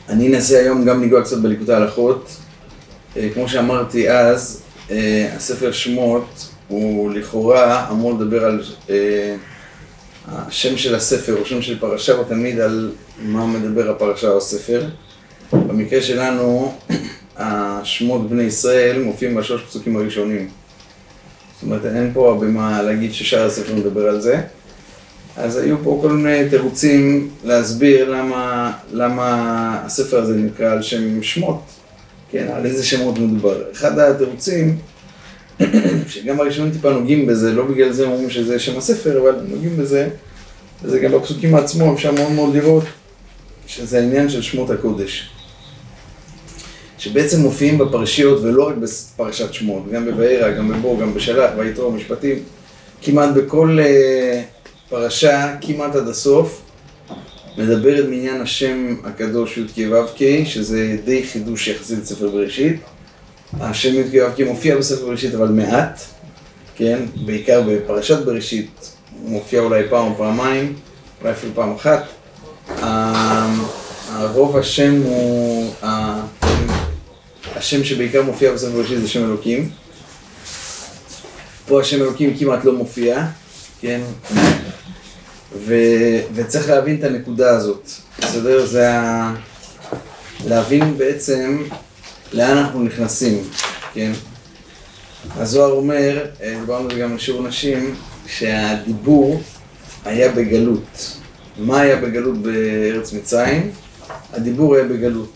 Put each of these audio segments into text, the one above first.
אני אנסה היום גם לגוע קצת בליקוטי ההלכות. כמו שאמרתי אז, הספר שמות הוא לכאורה אמור לדבר על השם של הספר או שם של פרשה, או תמיד על מה מדבר הפרשה או הספר. במקרה שלנו, השמות בני ישראל מופיעים בשלוש פסוקים הראשונים. זאת אומרת, אין פה הרבה מה להגיד ששאר הספר מדבר על זה. אז היו פה כל מיני תירוצים להסביר למה הספר הזה נקרא על שם שמות, כן, על איזה שמות מדובר. אחד התירוצים, שגם הראשונים טיפה נוגעים בזה, לא בגלל זה אומרים שזה שם הספר, אבל נוגעים בזה, וזה גם בפסוקים עצמו, אפשר מאוד מאוד לראות שזה העניין של שמות הקודש. שבעצם מופיעים בפרשיות, ולא רק בפרשת שמות, גם בוירא, גם בבוא, גם בשלח, ויתרו, משפטים, כמעט בכל פרשה, כמעט עד הסוף, מדברת מעניין השם הקדוש י' ו' ק', שזה די חידוש יחסית לספר בראשית. השם י' ו' ק' מופיע בספר בראשית, אבל מעט, כן? בעיקר בפרשת בראשית, הוא מופיע אולי פעם או פעמיים, אולי אפילו פעם אחת. הרוב השם הוא, השם שבעיקר מופיע בספר בראשית זה שם אלוקים. פה השם אלוקים כמעט לא מופיע, כן? וצריך להבין את הנקודה הזאת. בסדר? זה להבין בעצם לאן אנחנו נכנסים, כן? הזוהר אומר, דיברנו גם על שיעור נשים, שהדיבור היה בגלות. מה היה בגלות בארץ מצרים? הדיבור היה בגלות.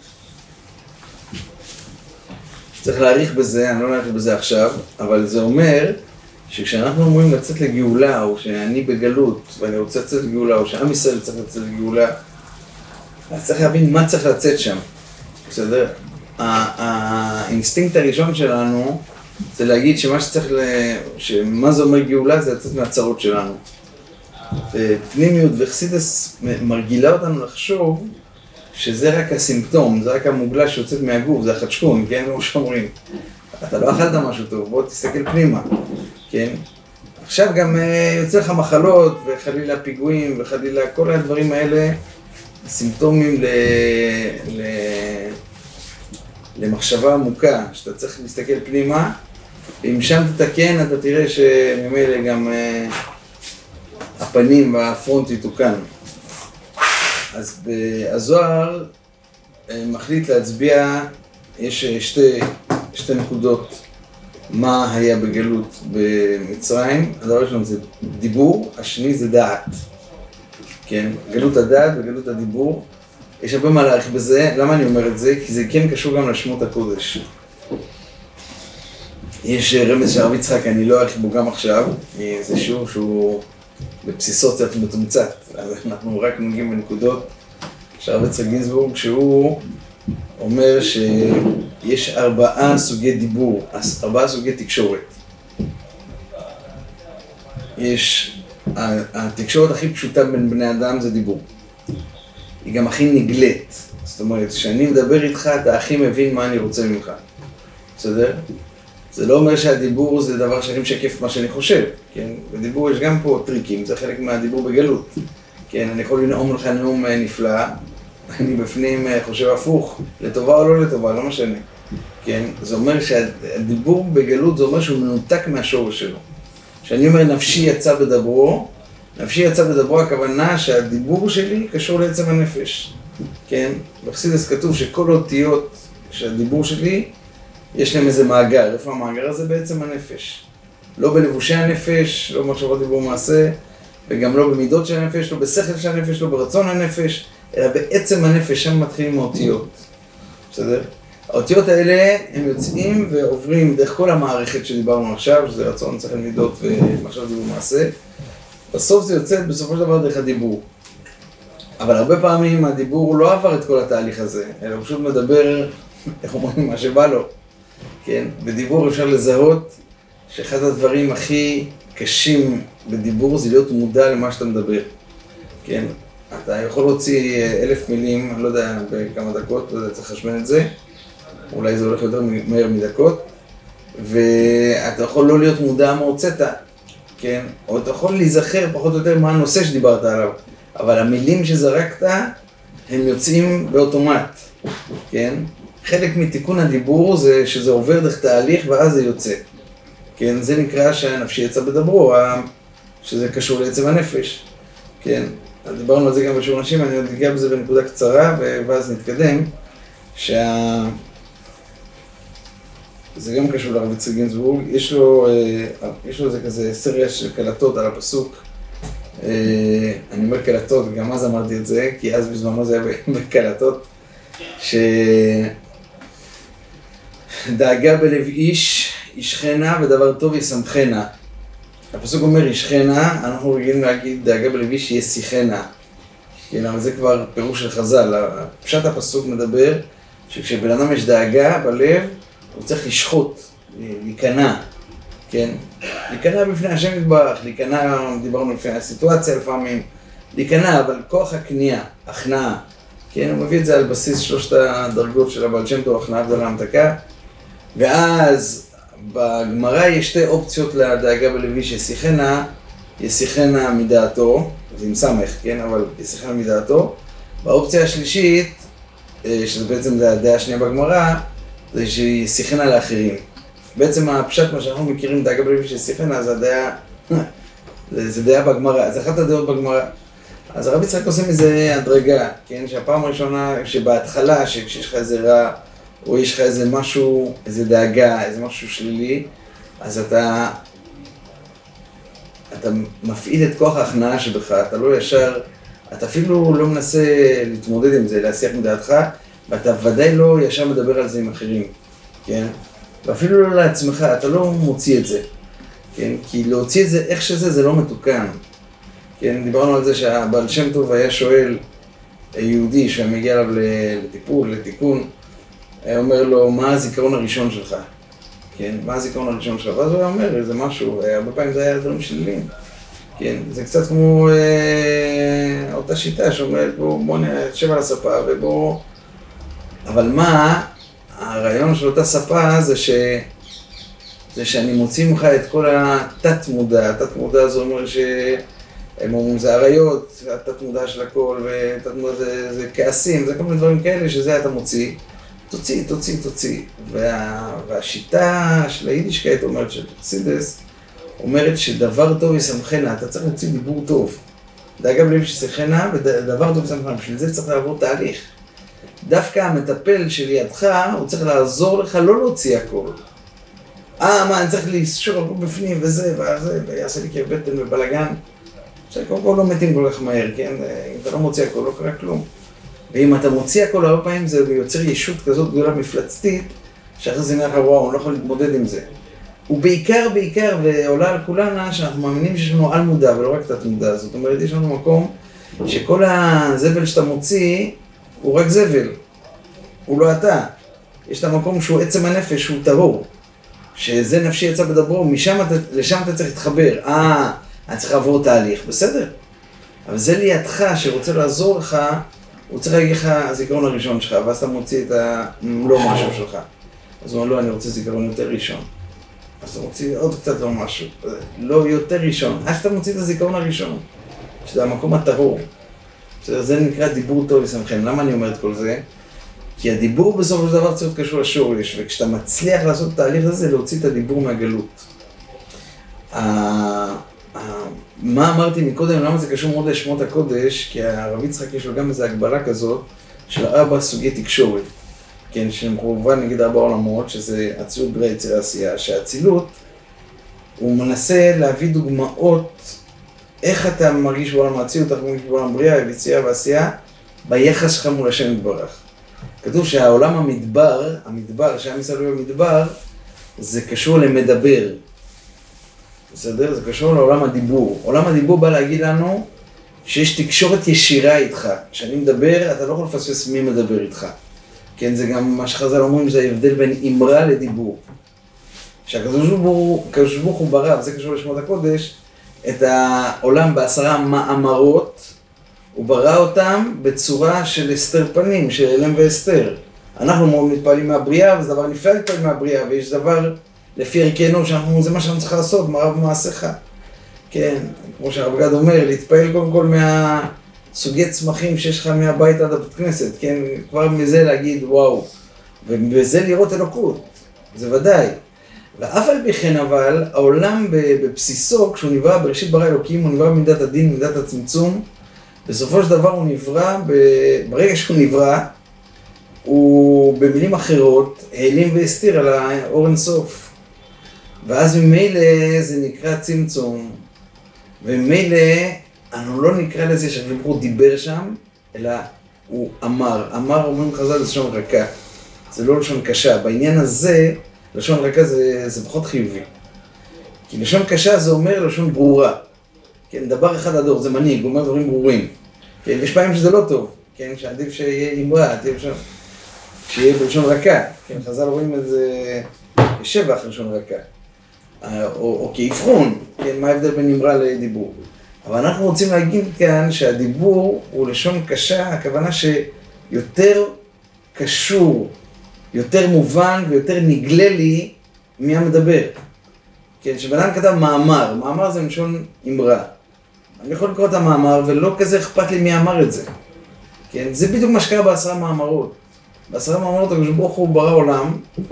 צריך להעריך בזה, אני לא להעריך בזה עכשיו, אבל זה אומר שכשאנחנו אומרים לצאת לגאולה, או שאני בגלות ואני רוצה לצאת לגאולה, או שעם ישראל צריך לצאת לגאולה, אז צריך להבין מה צריך לצאת שם. בסדר? האינסטינקט הראשון שלנו זה להגיד שמה שצריך, שמה זה אומר גאולה זה לצאת מהצרות שלנו. פנימיות וחסידס מרגילה אותנו לחשוב שזה רק הסימפטום, זה רק המוגלה שיוצאת מהגוף, זה החדשקון, כן? כמו שאומרים. אתה לא אכלת משהו טוב, בוא תסתכל פנימה, כן? עכשיו גם יוצא לך מחלות וחלילה פיגועים וחלילה כל הדברים האלה סימפטומים למחשבה עמוקה, שאתה צריך להסתכל פנימה, ואם שם תתקן אתה תראה שממילא גם הפנים והפרונט יתוקן. אז הזוהר מחליט להצביע, יש שתי נקודות מה היה בגלות במצרים. הדבר הראשון זה דיבור, השני זה דעת. כן, גלות הדעת וגלות הדיבור. יש הרבה מה להעריך בזה. למה אני אומר את זה? כי זה כן קשור גם לשמות הקודש. יש רמז של הרב יצחק, אני לא אעריך בו גם עכשיו. זה שיעור שהוא בבסיסו קצת מתומצת. אז אנחנו רק נוגעים בנקודות של הרב יצחק גינזבורג, שהוא אומר שיש 4 סוגי דיבור, 4 סוגי תקשורת. התקשורת הכי פשוטה בין בני אדם זה דיבור. היא גם הכי נגלית. זאת אומרת, כשאני מדבר איתך, אתה הכי מבין מה אני רוצה ממך. בסדר? זה לא אומר שהדיבור זה דבר שהכי משקף מה שאני חושב. כן? בדיבור יש גם פה טריקים, זה חלק מהדיבור בגלות. כן? אני יכול לנאום לך נאום נפלא, אני בפנים חושב הפוך, לטובה או לא לטובה, לא משנה. כן? זה אומר שהדיבור בגלות זה אומר שהוא מנותק מהשורש שלו. כשאני אומר נפשי יצא בדברו, נפשי יצא בדברו הכוונה שהדיבור שלי קשור לעצם הנפש. כן? בחסידות כתוב שכל אותיות שהדיבור שלי יש להם איזה מאגר. איפה המאגר הזה? בעצם הנפש. לא בלבושי הנפש, לא במחשבות דיבור מעשה, וגם לא במידות של הנפש, לא בשכל של הנפש, לא ברצון הנפש, אלא בעצם הנפש, שם מתחילים האותיות. בסדר? האותיות האלה הם יוצאים ועוברים דרך כל המערכת שדיברנו עכשיו, שזה רצון, שכל, מידות ומחשבות דיבור מעשה. בסוף זה יוצא בסופו של דבר דרך הדיבור. אבל הרבה פעמים הדיבור לא עבר את כל התהליך הזה, אלא הוא פשוט מדבר, איך אומרים, מה שבא לו. כן? בדיבור אפשר לזהות שאחד הדברים הכי קשים בדיבור זה להיות מודע למה שאתה מדבר. כן? אתה יכול להוציא 1000 מילים, אני לא יודע, בכמה דקות, לא יודע, צריך לחשבן את זה. אולי זה הולך יותר מהר מדקות. ואתה יכול לא להיות מודע מה הוצאת, כן? או אתה יכול להיזכר פחות או יותר מה הנושא שדיברת עליו. אבל המילים שזרקת, הם יוצאים באוטומט. כן? חלק מתיקון הדיבור זה שזה עובר דרך תהליך ואז זה יוצא. כן? זה נקרא שהנפשי יצא בדברו, שזה קשור לעצם הנפש. כן? דיברנו על זה גם בשיעור נשים, אני עוד אגיע בזה בנקודה קצרה ואז נתקדם. זה גם קשור לרב יצחק גינזבורג, יש לו איזה כזה סריה של קלטות על הפסוק. אני אומר קלטות, גם אז אמרתי את זה, כי אז בזמנו זה היה בקלטות, שדאגה בלב איש, ישכנה ודבר טוב ישמחנה. הפסוק אומר ישכנה, אנחנו רגילים להגיד דאגה בלב איש ישיחנה. כן, אבל זה כבר פירוש של חז"ל. פשט הפסוק מדבר שכשבן אדם יש דאגה בלב, הוא צריך לשחוט, להיכנע, כן? להיכנע בפני השם יתברך, להיכנע, דיברנו לפני הסיטואציה לפעמים, להיכנע, אבל כוח הכניעה, הכנעה, כן? הוא מביא את זה על בסיס 3 הדרגות של הבעל שם טוב, הכנעה הבדלה המתקה, ואז בגמרא יש 2 אופציות לדאגה בלב שישיחנה, ישיחנה מדעתו, זה עם סמך, כן? אבל ישיחנה מדעתו. באופציה השלישית, שזה בעצם הדעה השנייה בגמרא, זה שישיחנה לאחרים. בעצם הפשט, מה שאנחנו מכירים דאגה בלב שישיחנה, זה הדעה, זה דעה בגמרא, זה אחת הדעות בגמרא. אז הרב יצחק עושה מזה הדרגה, כן? שהפעם הראשונה, שבהתחלה, שכשיש לך איזה רע, או יש לך איזה משהו, איזה דאגה, איזה משהו שלילי, אז אתה מפעיל את כוח ההכנעה שבך, אתה לא ישר, אתה אפילו לא מנסה להתמודד עם זה, להסיח מדעתך, ואתה ודאי לא ישר מדבר על זה עם אחרים, כן? ואפילו לא לעצמך, אתה לא מוציא את זה, כן? כי להוציא את זה, איך שזה, זה לא מתוקן. כן, דיברנו על זה שהבעל שם טוב היה שואל יהודי שמגיע אליו לטיפול, לתיקון, היה אומר לו, מה הזיכרון הראשון שלך? כן, מה הזיכרון הראשון שלך? ואז הוא היה אומר, זה משהו, הרבה פעמים זה היה דברים שליליים. כן, זה קצת כמו אותה שיטה שאומרת, בוא נשב על הספה ובוא... אבל מה, הרעיון של אותה ספה זה שאני מוציא ממך את כל התת-מודע. התת-מודע זה אומר הם אומרים, זה עריות, התת-מודע של הכל, ותת-מודע זה כעסים, זה כל מיני דברים כאלה שזה אתה מוציא. תוציא. והשיטה של היידישקייט אומרת, של חסידס, אומרת שדבר טוב ישמחנה, אתה צריך להוציא דיבור טוב. דאגה בלב שישמחנה ודבר טוב ישמחנה, בשביל זה צריך לעבור תהליך. דווקא המטפל שלידך, הוא צריך לעזור לך לא להוציא הכל. מה, אני צריך לשור הכל בפנים וזה, ויעשה לי כאב בטן ובלגן. קודם כל לא מתים כל כך מהר, כן? אם אתה לא מוציא הכל, לא קרה כלום. ואם אתה מוציא הכל הרבה פעמים, זה יוצר ישות כזאת גדולה מפלצתית, שאחרי זה נראה לך, וואו, אני לא יכול להתמודד עם זה. ובעיקר, ועולה על כולנה, שאנחנו מאמינים שיש לנו על מודע, ולא רק תת מודע. זאת אומרת, יש לנו מקום שכל הזבל שאתה מוציא, הוא רק זבל. הוא לא אתה. יש את המקום שהוא עצם הנפש, שהוא טהור. שזה נפשי יצא בדברו, לשם אתה צריך להתחבר. אני צריך לעבור תהליך, בסדר. אבל זה לידך שרוצה לעזור לך, הוא צריך להגיד לך הזיכרון הראשון שלך, ואז אתה מוציא את לא משהו שלך. אז הוא אומר, לא, אני רוצה זיכרון יותר ראשון. אז אתה מוציא עוד קצת לא משהו, לא יותר ראשון. אז אתה מוציא את הזיכרון הראשון, שזה המקום הטהור. זה נקרא דיבור טוב ישמחם. למה אני אומר את כל זה? כי הדיבור בסופו של דבר צריך להיות קשור לשורש, וכשאתה מצליח לעשות את התהליך הזה, להוציא את הדיבור מהגלות. מה אמרתי מקודם, למה זה קשור מאוד לשמות הקודש? כי הרב יצחק יש לו גם איזו הגבלה כזאת של 4 סוגי תקשורת. כן, שהם כמובן נגיד 4 עולמות, שזה אצילות בריאה יצירה עשייה, שהאצילות הוא מנסה להביא דוגמאות איך אתה מרגיש בעולם האצילות, איך אתה מרגיש בעולם בריאה, יצירה ועשייה, ביחס שלך מול השם יתברך. כתוב שהעולם המדבר, שהעם ישראל הוא במדבר, זה קשור למדבר. בסדר? זה קשור לעולם הדיבור. עולם הדיבור בא להגיד לנו שיש תקשורת ישירה איתך. כשאני מדבר, אתה לא יכול לפספס מי מדבר איתך. כן, זה גם מה שחז"ל אומרים, זה ההבדל בין אמרה לדיבור. שהקדוש ברוך הוא ברא, וזה קשור לשמות הקודש, את העולם ב10 מאמרות, הוא ברא אותם בצורה של הסתר פנים, של אלם והסתר. אנחנו מאוד מתפעלים מהבריאה, וזה דבר נפלא להתפעל מהבריאה, ויש דבר לפי ערכנו, זה מה שאנחנו צריכים לעשות, מה רב במעשיך. כן, כמו שהרב גד אומר, להתפעל קודם כל סוגי צמחים שיש לך מהבית עד הבית כנסת, כן? כבר מזה להגיד וואו, ובזה לראות אלוקות, זה ודאי. ואף על פי כן אבל, העולם בבסיסו, כשהוא נברא בראשית ברא אלוקים, הוא נברא במידת הדין, במידת הצמצום, בסופו של דבר הוא נברא, ברגע שהוא נברא, הוא במילים אחרות העלים והסתיר על האור אינסוף. ואז ממילא זה נקרא צמצום, וממילא אנחנו לא נקרא לזה שהקדוש דיבר שם, אלא הוא אמר. אמר, אומרים חז"ל, זה לשון רכה, זה לא לשון קשה. בעניין הזה, לשון רכה זה פחות חיובי. כי לשון קשה זה אומר לשון ברורה. כן, דבר אחד הדור, זה מנהיג, הוא אומר דברים ברורים. כן, יש פעמים שזה לא טוב, כן, שעדיף שיהיה אמרה, עדיף שיהיה בלשון רכה. כן, חז"ל רואים את זה כשבח לשון רכה. או כאבחון, כן, מה ההבדל בין אמרה לדיבור. אבל אנחנו רוצים להגיד כאן שהדיבור הוא לשון קשה, הכוונה שיותר קשור, יותר מובן ויותר נגלה לי מי המדבר. כן, שבנן כתב מאמר, מאמר זה לשון אמרה. אני יכול לקרוא את המאמר ולא כזה אכפת לי מי אמר את זה. כן, זה בדיוק מה שקרה בעשרה מאמרות. בעשרה מאמרות הקדוש ברוך הוא ברא עולם,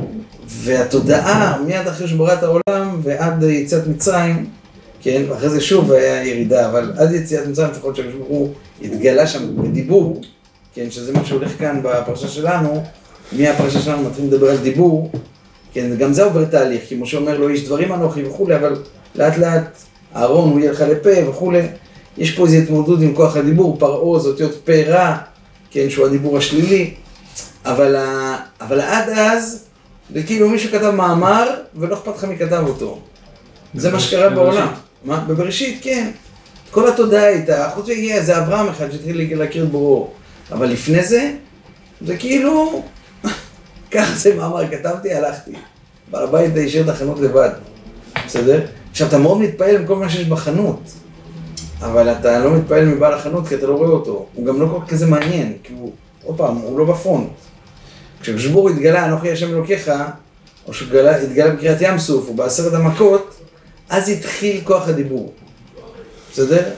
והתודעה מיד אחרי שברא את העולם ועד יציאת מצרים, כן, ואחרי זה שוב היה ירידה, אבל עד יציאת מצרים לפחות שהקדוש ברוך הוא התגלה שם בדיבור, כן, שזה מה שהולך כאן בפרשה שלנו, מהפרשה שלנו מתחילים לדבר על דיבור, כן, גם זה עובר תהליך, כי משה אומר לו, יש דברים אנוכי וכולי, אבל לאט לאט אהרון הוא יהיה לך לפה וכולי, יש פה איזו התמודדות עם כוח הדיבור, פרעה זה אותיות פה רע, כן, שהוא הדיבור השלילי, אבל עד אז, זה כאילו מישהו כתב מאמר, ולא אכפת לך מי כתב אותו. זה מה שקרה בעולם. מה? בבראשית, כן. כל התודעה הייתה, חוץ מהגיע, זה אברהם אחד שהתחיל להכיר את בוראו. אבל לפני זה, זה כאילו, ככה זה מאמר, כתבתי, הלכתי. בעל הבית השאיר את החנות לבד. בסדר? עכשיו, אתה מאוד מתפעל עם כל מה שיש בחנות, אבל אתה לא מתפעל מבעל החנות כי אתה לא רואה אותו. הוא גם לא כל כזה מעניין, כי הוא, עוד פעם, הוא לא בפרונט. כשהקדוש התגלה, אנוכי השם אלוקיך, או שהתגלה בקריאת ים סוף, או בעשרת המכות, אז התחיל כוח הדיבור. בסדר?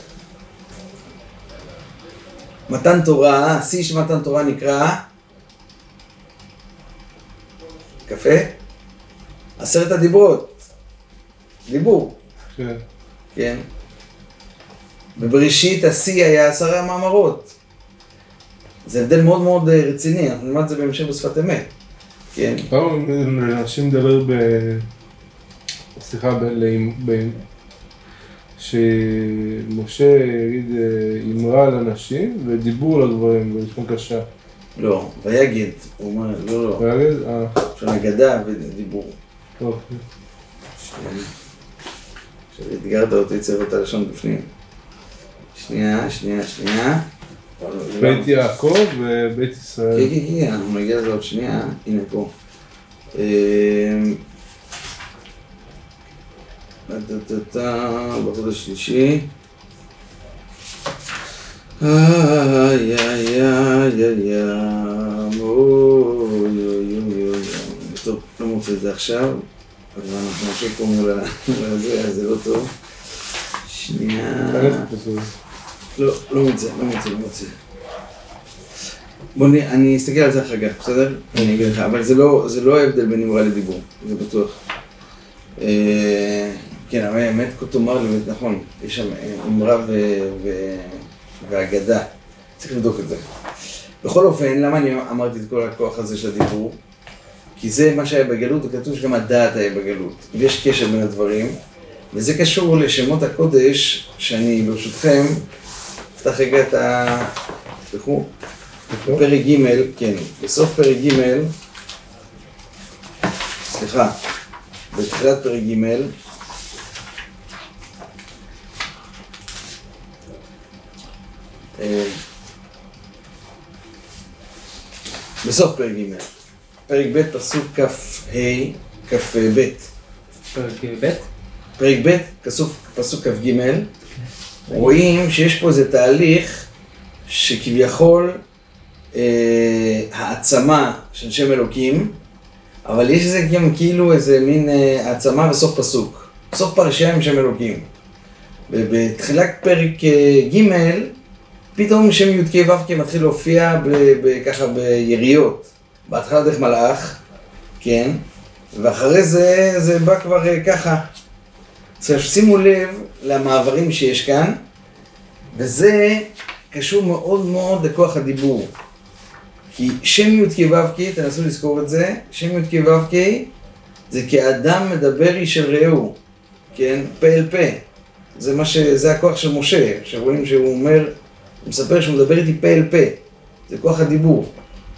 מתן תורה, השיא של מתן תורה נקרא קפה? 10 הדיברות. דיבור. כן. כן. בבראשית השיא היה 10 המאמרות. זה הבדל מאוד מאוד רציני, אנחנו נלמד את זה בהמשך בשפת אמת. כן. פעם אנשים מדבר סליחה, שמשה יגיד אמרה על אנשים ודיבור לגברים בלשון קשה. לא, ויגד, הוא אומר, לא. ויגד? של אגדה ודיבור. אוקיי. עכשיו אתגרת אותי, צריך את הלשון בפנים. שנייה. בית יעקב ובית ישראל. כן, אנחנו נגיע לזה עוד שנייה, הנה פה. בחודש השלישי. טוב, לא מוצא את זה עכשיו, אבל אנחנו נשאר פה מול הזה, אז זה לא טוב. שנייה. לא מוצא. בוא אני אסתכל על זה אחר כך, בסדר? אני אגיד לך, אבל זה לא ההבדל בין אמרה לדיבור, זה בטוח. כן, אבל האמת תאמר לי, נכון, יש שם אמרה והגדה, צריך לבדוק את זה. בכל אופן, למה אני אמרתי את כל הכוח הזה של הדיבור? כי זה מה שהיה בגלות, וכתוב שגם הדעת היה בגלות, ויש קשר בין הדברים, וזה קשור לשמות הקודש, שאני ברשותכם, אפתח רגע את תפתחו, בפרק ג', כן, בסוף פרק ג', סליחה, בתחילת פרק ג', בסוף פרק ג', פרק ב' פסוק כ"ה, כ"ב. פרק ב'? פרק ב', פסוק כ"ג, רואים שיש פה איזה תהליך שכביכול העצמה של שם אלוקים, אבל יש איזה גם כאילו איזה מין העצמה וסוף פסוק, סוף פרשייה עם שם אלוקים. ובתחילת פרק ג' פתאום שם י' כ' ו' כ' מתחיל להופיע ככה ביריות. בהתחלה דרך מלאך, כן? ואחרי זה בא כבר ככה. עכשיו שימו לב למעברים שיש כאן, וזה קשור מאוד מאוד לכוח הדיבור. כי שם י' כ' ו' כ', תנסו לזכור את זה, שם י' כ' ו' כ' זה כאדם מדבר איש אל רעהו, כן? פה אל פה. זה הכוח של משה, שרואים שהוא אומר, הוא מספר שהוא מדבר איתי פה אל פה. זה כוח הדיבור.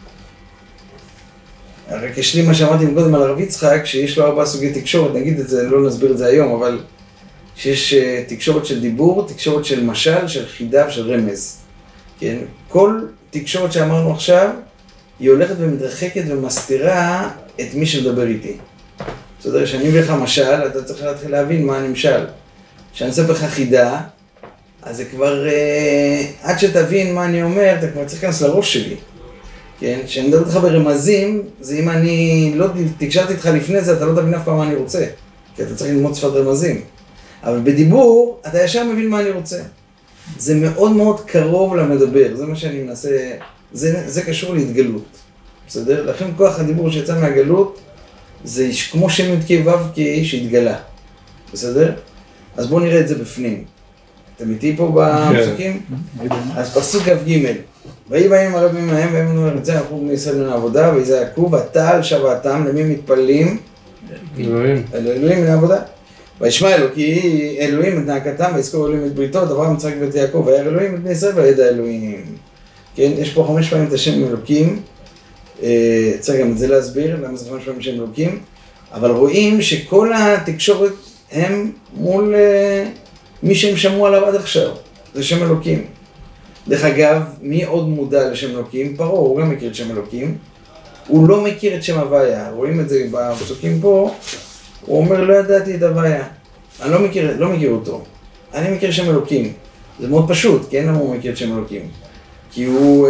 רק השלים מה שאמרתי קודם על הרב יצחק, שיש לו 4 סוגי תקשורת, נגיד את זה, לא נסביר את זה היום, אבל שיש תקשורת של דיבור, תקשורת של משל, של חידה ושל רמז. כן? כל תקשורת שאמרנו עכשיו, היא הולכת ומתרחקת ומסתירה את מי שמדבר איתי. בסדר, שאני מביא לך משל, אתה צריך להתחיל להבין מה הנמשל. כשאני אספר לך חידה, אז זה כבר, עד שתבין מה אני אומר, אתה כבר צריך להיכנס לראש שלי. כן? כשאני מדבר איתך ברמזים, זה אם אני לא תקשרתי איתך לפני זה, אתה לא תבין אף פעם מה אני רוצה. כי אתה צריך ללמוד שפת רמזים. אבל בדיבור, אתה ישר מבין מה אני רוצה. זה מאוד מאוד קרוב למדבר, זה מה שאני מנסה, זה קשור להתגלות. בסדר? לכן כוח הדיבור שיצא מהגלות, זה כמו שם י' כ' ו' כ' שהתגלה. בסדר? אז בואו נראה את זה בפנים. אתם איתי פה בפסוקים? אז פסוק כ"ג. ויהי בהם הרבים מהם, והם אמרו את זה, הלכו בני ישראל מן העבודה, ויהי זה יעקב, ותעל שוועתם, למי מתפללים? אלוהים מן העבודה. וישמע אלוהים את נאקתם, ויזכור אלוהים את בריתו, אברהם יצחק ואת יעקב, וירא אלוהים את בני ישראל וידע אלוהים. כן, יש פה 5 פעמים את השם אלוקים, צריך גם את זה להסביר, למה זה 5 פעמים שם אלוקים, אבל רואים שכל התקשורת הם מול מי שהם שמעו עליו עד עכשיו, זה שם אלוקים. דרך אגב, מי עוד מודע לשם אלוקים? פרעה, הוא גם מכיר את שם אלוקים, הוא לא מכיר את שם הוויה, רואים את זה בפסוקים פה, הוא אומר, לא ידעתי את הוויה, אני לא מכיר אותו, אני מכיר שם אלוקים. זה מאוד פשוט, כן? למה הוא מכיר את שם אלוקים? כי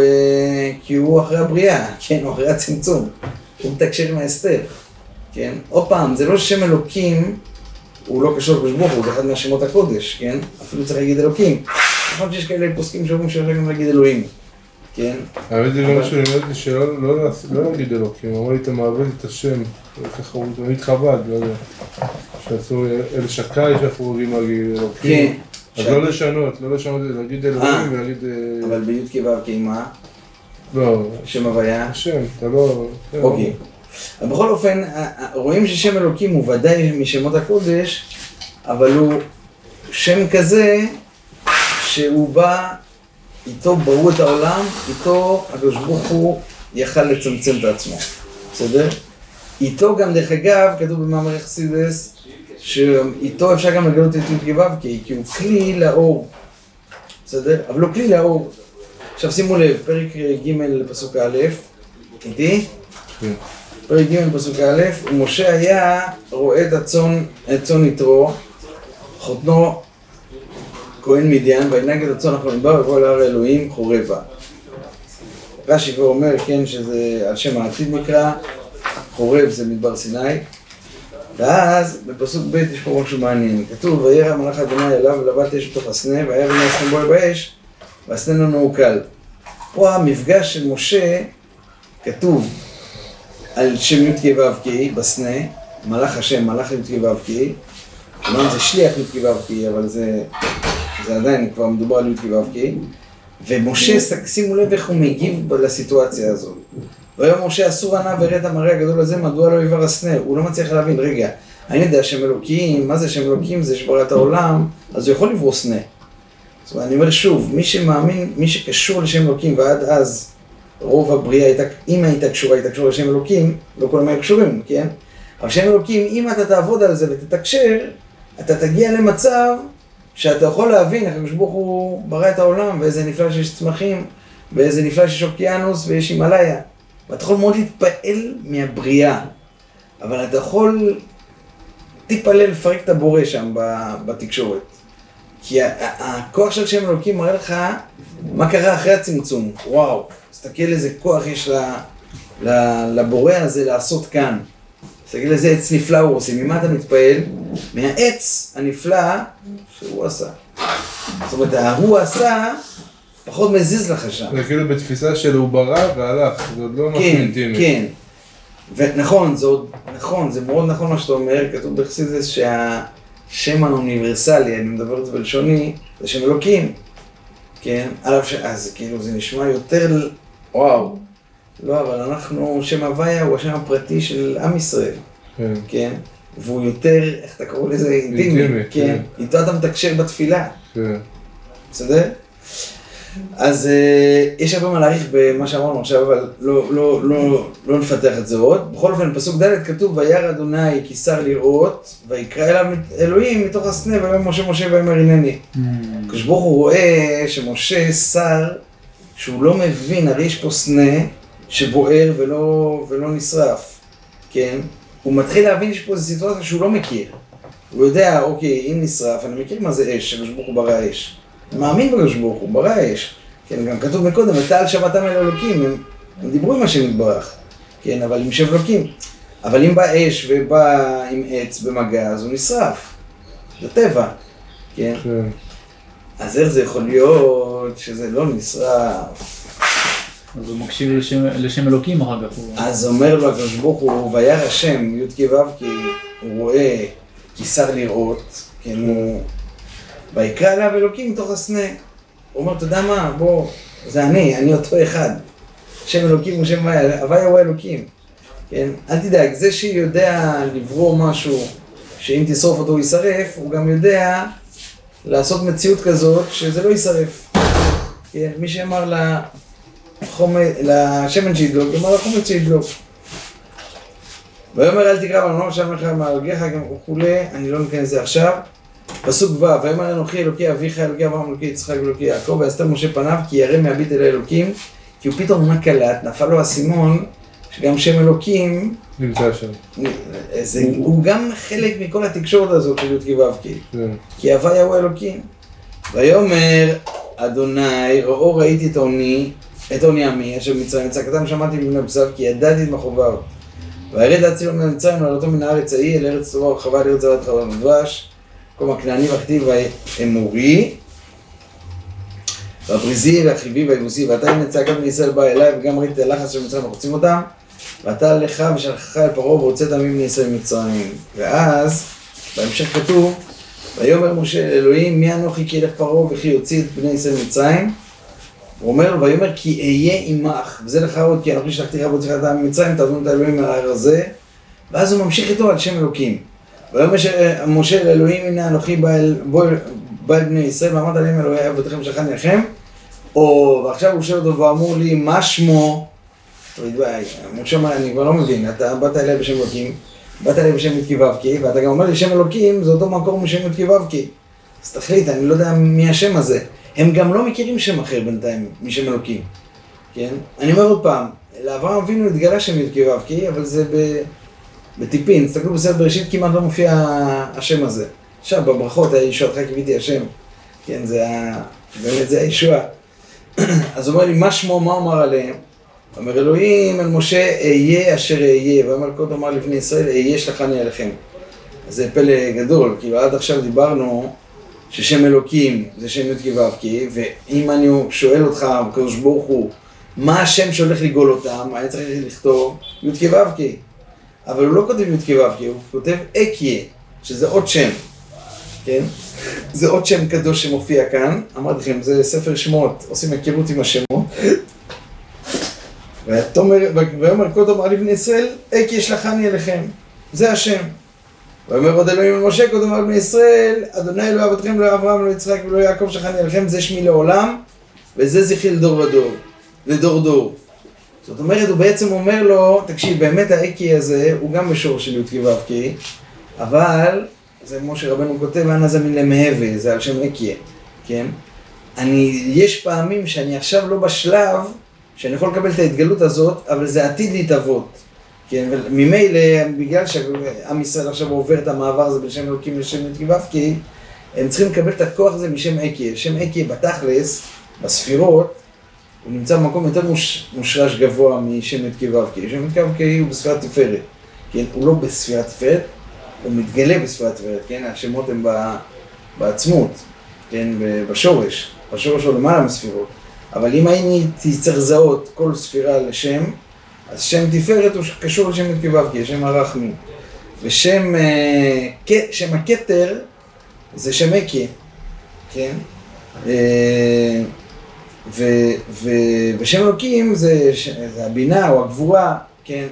הוא אחרי הבריאה, כן? הוא אחרי הצמצום, הוא מתקשר עם האסתר, כן? עוד פעם, זה לא שם אלוקים, הוא לא קשור לקדוש ברוך הוא, זה אחד מהשמות הקודש, כן? אפילו צריך להגיד אלוקים. נכון שיש כאלה פוסקים שאומרים שאפשר גם להגיד אלוהים, כן? האמת היא לא שאני אומרת לי שלא להגיד אלוקים, אמר לי אתה מעבד את השם, ככה הוא תמיד חב"ד, לא יודע. שעשו אל שקאי שאפו הורים להגיד אלוקים. אז לא לשנות, להגיד אלוהים ולהגיד... אבל בי' כ' ו' כ' מה? לא. שם הוויה? השם, אתה לא... אוקיי. אבל בכל אופן, רואים ששם אלוקים הוא ודאי משמות הקודש, אבל הוא שם כזה שהוא בא, איתו בראו את העולם, איתו הקדוש ברוך הוא יכל לצמצם את עצמו, בסדר? איתו גם דרך אגב, כתוב במאמר חסידס, שאיתו אפשר גם לגלות את י' כ' ו' כ', כי הוא כלי לאור, בסדר? אבל הוא כלי לאור. עכשיו שימו לב, פרק ג' פסוק א', איתי? כן. פרק ג' פסוק א', ומשה היה רואה את צאן יתרו, חותנו כהן מדיין, וינהג את הצאן אחרי מדבר ובוא להר אלוהים חורבה. רש"י כבר אומר, כן, שזה על שם העתיד נקרא, חורב זה מדבר סיני, ואז בפסוק ב' יש פה משהו מעניין, כתוב, וירא מלאך ה' אליו ולבט אש בתוך הסנה, והיה בני הסנה בוער באש, והסנה לא נעוקל. פה המפגש של משה כתוב על שם י' כ' ו' כ' בסנה, מלאך השם, מלאך י' כ' ו' כ', כלומר זה שליח י' כ' ו' כ', אבל זה עדיין כבר מדובר על י' כ' ו' כ', ומשה, שימו לב איך הוא מגיב לסיטואציה הזאת. והיום משה אסור ענה וראה את המראה הגדול הזה, מדוע לא יבר הסנה? הוא לא מצליח להבין, רגע, אני יודע שם אלוקים, מה זה שם אלוקים? זה שברא את העולם, אז הוא יכול לברוא סנה. זאת אומרת, אני אומר שוב, מי שמאמין, מי שקשור לשם אלוקים, ועד אז רוב הבריאה, אם הייתה קשורה לשם אלוקים, לא כל מה קשורים, כן? אבל שם אלוקים, אם אתה תעבוד על זה ותתקשר, אתה תגיע למצב שאתה יכול להבין, הקדוש ברוך הוא ברא את העולם, ואיזה נפלא שיש צמחים, ואיזה נפלא שיש אוקיינוס ויש הימלאיה. ואתה יכול מאוד להתפעל מהבריאה, אבל אתה יכול תתפלל לפרק את הבורא שם בתקשורת. כי הכוח של שם אלוקים מראה לך מה קרה אחרי הצמצום. וואו, תסתכל איזה כוח יש לבורא הזה לעשות כאן. תסתכל איזה עץ נפלא הוא עושה. ממה אתה מתפעל? מהעץ הנפלא שהוא עשה. זאת אומרת, הוא עשה פחות מזיז לך שם. זה כאילו בתפיסה של הוא ברא והלך, זה עוד לא משהו אינטימי. כן, ונכון, זה מאוד נכון מה שאתה אומר, כתוב בחסידות שהשם האוניברסלי, אני מדבר את זה בלשוני, זה שם אלוקים, כן? אז כאילו זה נשמע יותר, וואו, לא, אבל אנחנו, שם הוויה הוא השם הפרטי של עם ישראל, כן? והוא יותר, איך אתה קורא לזה? אינטימי, כן? איתו אתה מתקשר בתפילה, בסדר? אז יש הרבה מה להעריך במה שאמרנו עכשיו, אבל לא נפתח את זה עוד. בכל אופן, פסוק ד' כתוב, וירא אדוני כי שר לראות, ויקרא אליו אלוהים מתוך הסנה, ויאמר משה ויאמר הנני. הקדוש ברוך הוא רואה שמשה שר, שהוא לא מבין, הרי יש פה סנה שבוער ולא נשרף, כן? הוא מתחיל להבין שיש פה איזו סיטואציה שהוא לא מכיר. הוא יודע, אוקיי, אם נשרף, אני מכיר מה זה אש, הקדוש ברוך הוא ברא אש. אני מאמין בקדוש ברוך הוא, ברא אש. כן, גם כתוב מקודם, ותעל שבתם אל אלוקים, הם דיברו עם השם יתברך. כן, אבל עם שם אלוקים. אבל אם בא אש ובא עם עץ במגע, אז הוא נשרף. זה טבע. כן? אז איך זה יכול להיות שזה לא נשרף? אז הוא מקשיב לשם אלוקים אחר כך. אז אומר לו הקדוש ברוך הוא, וירא השם, י' כ' ו' כי הוא רואה, כי שר לראות, כן, הוא... ויקרא אליו אלוקים מתוך הסנה. הוא אומר, אתה יודע מה, בוא, זה אני אותו אחד. שם אלוקים הוא שם הוויה הוא אלוקים. כן? אל תדאג, זה שיודע לברוא משהו, שאם תשרוף אותו הוא יישרף, הוא גם יודע לעשות מציאות כזאת שזה לא יישרף. כן? מי שאמר לשמן שידלוק, אמר לחומץ שידלוק. ויאמר אל תקרא בנו שם לך מהרגך וכולי, אני לא נכנס לזה עכשיו. פסוק ו' ויאמר אנוכי אלוקי אביך אלוקי אברהם אלוקי יצחק אלוקי יעקב ויסתר משה פניו כי ירא מהביט אל האלוקים כי הוא פתאום מה קלט, נפל לו האסימון שגם שם אלוקים נמצא שם. הוא גם חלק מכל התקשורת הזאת של י' כ' ו' כ' כי הוויה הוא אלוקים. ויאמר אדוני ראיתי את עוני עמי אשר במצרים צעקתם שמעתי מבני בשר כי ידעתי את מכאוביו וירד להצילו מן המצרים לעלותו מן הארץ ההיא אל ארץ טובה ורחבה אל ארץ זבת חלב ודבש כל הכנעני והחיתי והאמורי והפריזי והחיבי והיבוסי ואתה הנה צעקת בני ישראל בא אליי וגם ראיתי את הלחץ של מצרים וחוצים אותם ואתה לך ושלחך אל פרעה והוצאת עמי בני ישראל ממצרים. ואז בהמשך כתוב ויאמר משה אלוהים מי אנוכי כי ילך פרעה וכי יוציא את בני ישראל ממצרים. הוא אומר ויאמר כי אהיה עמך וזה לך עוד כי אנוכי שלחתיך והוצאתיך ממצרים תעבדון את האלוהים על ההר הזה. ואז הוא ממשיך איתו על שם אלוקים. ויאמר משה לאלוהים הנה אנוכי בא אל בני ישראל ואמרת להם אלוהי אבותיכם שלחני לכם. ועכשיו הוא שואל אותו ואמרו לי מה שמו? משה אמר אני כבר לא מבין, אתה באת אליי בשם אלוקים, באת אליי בשם י' כ' ו' כ' ואתה גם אומר לי שם אלוקים זה אותו מקור משם י' כ' ו' כ'. אז תחליט, אני לא יודע מי השם הזה. הם גם לא מכירים שם אחר בינתיים משם אלוקים. כן? אני אומר עוד פעם, לאברהם אבינו התגלה שם י' כ' ו' כ' אבל זה בטיפין, תסתכלו בספר בראשית כמעט לא מופיע השם הזה. עכשיו בברכות הישועתך קיוויתי השם, כן זה באמת זה הישועה. אז הוא אומר לי מה שמו, מה אומר עליהם? הוא אומר אלוהים אל משה אהיה אשר אהיה, ואומר קודם אמר לבני ישראל אהיה שלחני עליכם. אז זה פלא גדול, כאילו עד עכשיו דיברנו ששם אלוקים זה שם י' כ' ו' כ' ואם אני שואל אותך בקדוש ברוך הוא מה השם שהולך לגאול אותם, אני צריך לכתוב י' כ' ו' כ' אבל הוא לא כותב י' כ' ו' כ', הוא כותב אקיה, שזה עוד שם, כן? זה עוד שם קדוש שמופיע כאן, אמרתי לכם, זה ספר שמות, עושים היכרות עם השמות. ויאמר כה תאמר לבני ישראל, אקיה שלחני אליכם, זה השם. ויאמר עוד אלוהים אל משה, כה תאמר לבני ישראל, אדוני אלוהי אבותיכם, אלוהי אברהם, אלוהי יצחק ואלוהי יעקב שלחני אליכם, זה שמי לעולם, וזה זכרי לדור ודור, לדור דור. זאת אומרת, הוא בעצם אומר לו, תקשיב, באמת האקי הזה הוא גם בשור של י' כ' ו' כ', אבל, זה כמו שרבנו כותב, אנא זה מן למהווה, זה על שם אקי, כן? יש פעמים שאני עכשיו לא בשלב, שאני יכול לקבל את ההתגלות הזאת, אבל זה עתיד להתאבות, כן? וממילא, בגלל שעם ישראל עכשיו עובר את המעבר הזה בין שם אלוקים לשם י' כ' ו' כ', הם צריכים לקבל את הכוח הזה משם אקי. שם אקי בתכלס, בספירות, הוא נמצא במקום יותר מושרש גבוה משם י' כ' ו' כ'. שם י' כ' ו' כ' הוא בספירת תפארת, כן? הוא לא בספירת תפארת, הוא מתגלה בספירת תפארת, כן? השמות הם בעצמות, כן? בשורש. בשורש הוא למעלה מספירות. אבל אם הייתי צריך לזהות כל ספירה לשם, אז שם תפארת הוא קשור לשם י"ק, שם הרחמים. ושם הכתר זה שם אקיה, כן? ושם אלוקים זה הבינה או הגבורה, כן?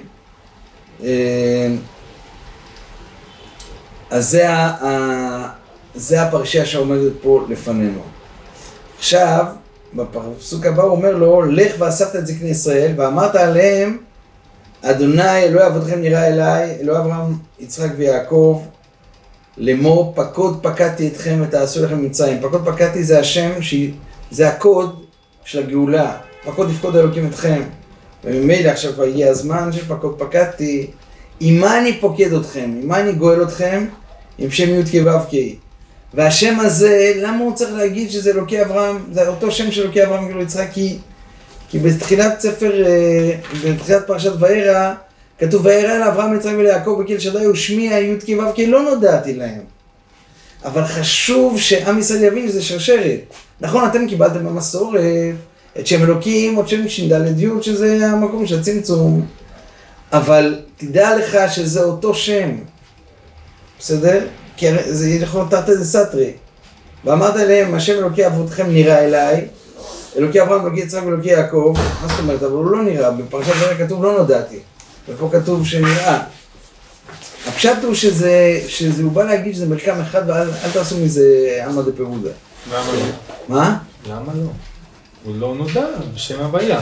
אז זה הפרשייה שעומדת פה לפנינו. עכשיו, בפסוק הבא הוא אומר לו, לך ואספת את זקני ישראל, ואמרת עליהם, אדוני אלוהי אבותיכם נראה אליי, אלוהי אברהם, יצחק ויעקב, לאמור פקוד פקדתי אתכם ותעשו לכם מצרים. פקוד פקדתי זה השם, זה הקוד של הגאולה. פקוד יפקוד אלוקים אתכם. וממילא עכשיו כבר הגיע הזמן של פקוד פקדתי, עם מה אני פוקד אתכם? עם מה אני גואל אתכם? עם שם י"ק ו"ק. והשם הזה, למה הוא צריך להגיד שזה אלוקי אברהם? זה אותו שם של אלוקי אברהם גאילו יצחק, כי בתחילת בתחילת פרשת וירא, כתוב וירא אל אברהם יצחק וליעקב בקהיל שדי ושמי י"ק ו"ק לא נודעתי להם. אבל חשוב שעם ישראל יבין שזה שרשרת. נכון, אתם קיבלתם במסורת את שם אלוקים, או שם ש"ד י' שזה המקום של הצמצום, אבל תדע לך שזה אותו שם, בסדר? כי זה יכול להיות תרתי דסתרי. ואמרת אליהם, השם אלוקי אבותיכם נראה אליי, אלוקי אברהם, אלוקי יצחק ואלוקי יעקב, מה זאת אומרת? אבל הוא לא נראה, בפרשת וירא כתוב לא נודעתי, ופה כתוב שנראה. הפשט הוא שזה הוא בא להגיד שזה מרקם אחד, ואל תעשו מזה עלמא דפירודה. למה לא? מה? למה לא? הוא לא נודע בשם הוויה.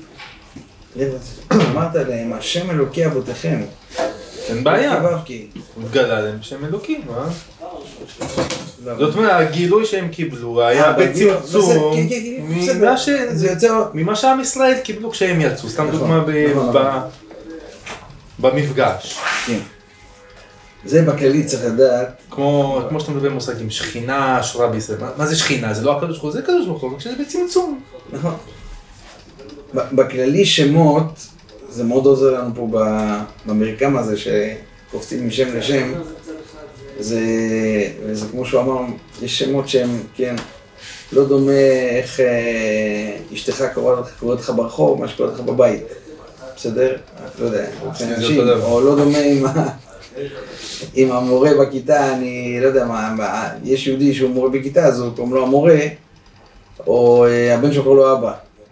אמרת להם, השם אלוקי אבותיכם. אין בעיה. הוא התגלה להם בשם אלוקים, אה? זאת אומרת, הגילוי שהם קיבלו היה בצמצום ממה שעם ישראל קיבלו כשהם יצאו. סתם דוגמה במפגש. כן. זה בכללי צריך לדעת. כמו שאתה מדבר במושגים, שכינה שורה בישראל. מה זה שכינה? זה לא הקדוש ברוך הוא, זה הקדוש ברוך הוא, כשזה בצמצום. נכון. בכללי שמות, זה מאוד עוזר לנו פה במרקם הזה שקופצים משם לשם. זה כמו שהוא אמר, יש שמות שהם, כן, לא דומה איך אשתך קוראת לך ברחוב, מה שקוראת לך בבית. בסדר? לא יודע, או לא דומה עם המורה בכיתה, אני לא יודע מה, יש יהודי שהוא מורה בכיתה, אז הוא קוראים לו המורה, או הבן שלו קורא לו אבא.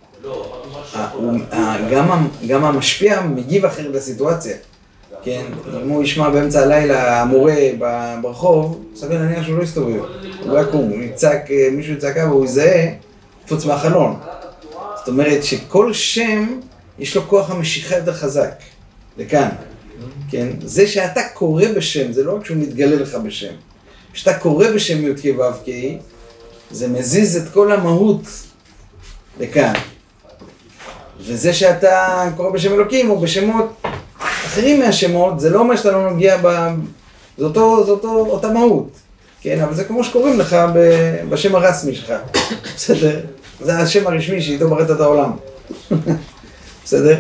גם המשפיע מגיב אחר לסיטואציה, כן? אם הוא ישמע באמצע הלילה המורה ברחוב, סביר להניח שהוא לא יסתובב, הוא לא יקום, הוא יצעק, מישהו יצעקה והוא יזהה, יפוץ מהחלון. זאת אומרת שכל שם יש לו כוח המשיכה יותר חזק, לכאן, כן? זה שאתה קורא בשם, זה לא רק שהוא מתגלה לך בשם, כשאתה קורא בשם י"ק ו"ק, זה מזיז את כל המהות לכאן. וזה שאתה קורא בשם אלוקים או בשמות אחרים מהשמות, זה לא אומר שאתה לא נוגע זה אותה מהות, כן? אבל זה כמו שקוראים לך בשם הרסמי שלך, בסדר? זה השם הרשמי שאיתו בראת את העולם, בסדר?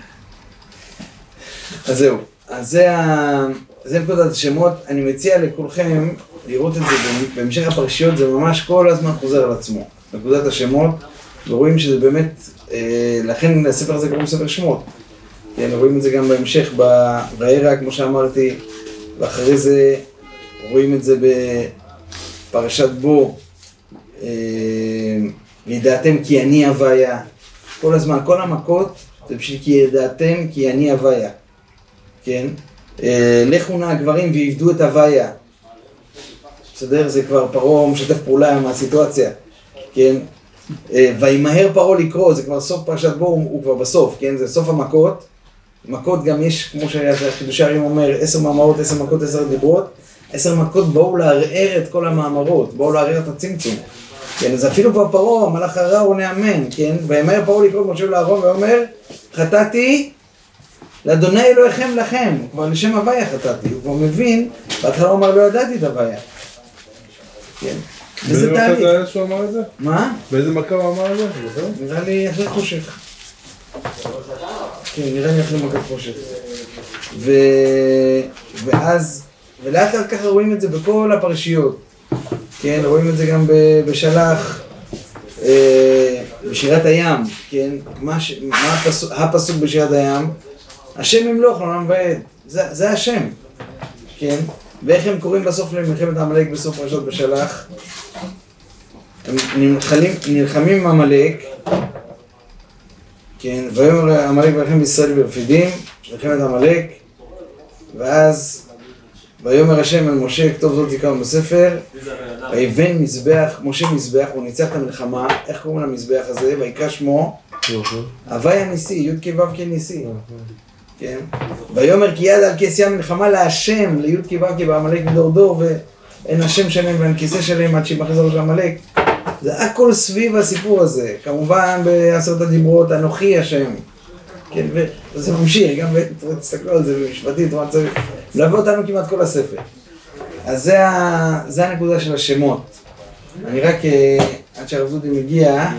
אז זהו, אז זה נקודת השמות. אני מציע לכולכם לראות את זה בהמשך הפרשיות, זה ממש כל הזמן חוזר על עצמו, נקודת השמות, ורואים שזה באמת, לכן הספר הזה קוראים ספר שמות. כן, רואים את זה גם בהמשך בוירא, כמו שאמרתי, ואחרי זה רואים את זה בפרשת בו, ידעתם כי אני הוויה. כל הזמן, כל המכות, זה בשביל כי ידעתם כי אני הוויה. כן? לכו נא הגברים ויבדו את הוויה. בסדר? זה כבר פרעה משתף פעולה עם הסיטואציה. כן? וימהר פרעה לקרוא, זה כבר סוף פרשת בו, הוא כבר בסוף, כן? זה סוף המכות. מכות גם יש, כמו שהחידושי הרי"ם אומר, 10 מאמרות, 10 מכות, 10 דיברות. 10 מכות באו לערער את כל המאמרות, באו לערער את הצמצום. כן, אז אפילו כבר פרעה, המלאך הרע הוא נאמן, כן? וימהר פרעה לקרוא כמו שאול לאהרון ואומר, חטאתי לאדוני אלוהיכם לכם, כבר לשם הוויה חטאתי. הוא כבר מבין, בהתחלה הוא אמר לא ידעתי את הוויה. כן? באיזה מכה זה היה שהוא אמר את זה? מה? באיזה מכה הוא אמר את זה? נראה לי אחרי חושך. כן, נראה לי אחרי מכת חושך. ואז, ולאט לאט ככה רואים את זה בכל הפרשיות. כן, רואים את זה גם בשלח. בשירת הים, כן? הפסוק בשירת הים, השם ימלוך לעולם ועד, זה השם, כן? ואיך הם קוראים בסוף למלחמת עמלק בסוף פרשת בשלח? הם נלחמים עם עמלק, כן? ויאמר עמלק וילחם בישראל ברפידים, מלחמת עמלק, ואז ויאמר השם אל משה, כתוב זאת זיכרון בספר, ויבן מזבח, משה מזבח, הוא ניצח את המלחמה, איך קוראים למזבח הזה? ויקרא שמו הווי הניסי, י' כ' ו' כ' ניסי, כן? ויאמר כי יד על כס ים מלחמה להשם, לי' כ' ו' כ' בעמלק מדור דור, ואין השם שלהם ואין כיסא שלהם עד שימחז ראש עמלק. זה הכל סביב הסיפור הזה, כמובן בעשרת הדיברות, אנוכי השם, כן? וזה ממשיך, גם תסתכלו על זה במשפטית, מה צריך מלווה אותנו כמעט כל הספר. אז זה הנקודה של השמות. אני רק, עד שהרב דודי מגיע,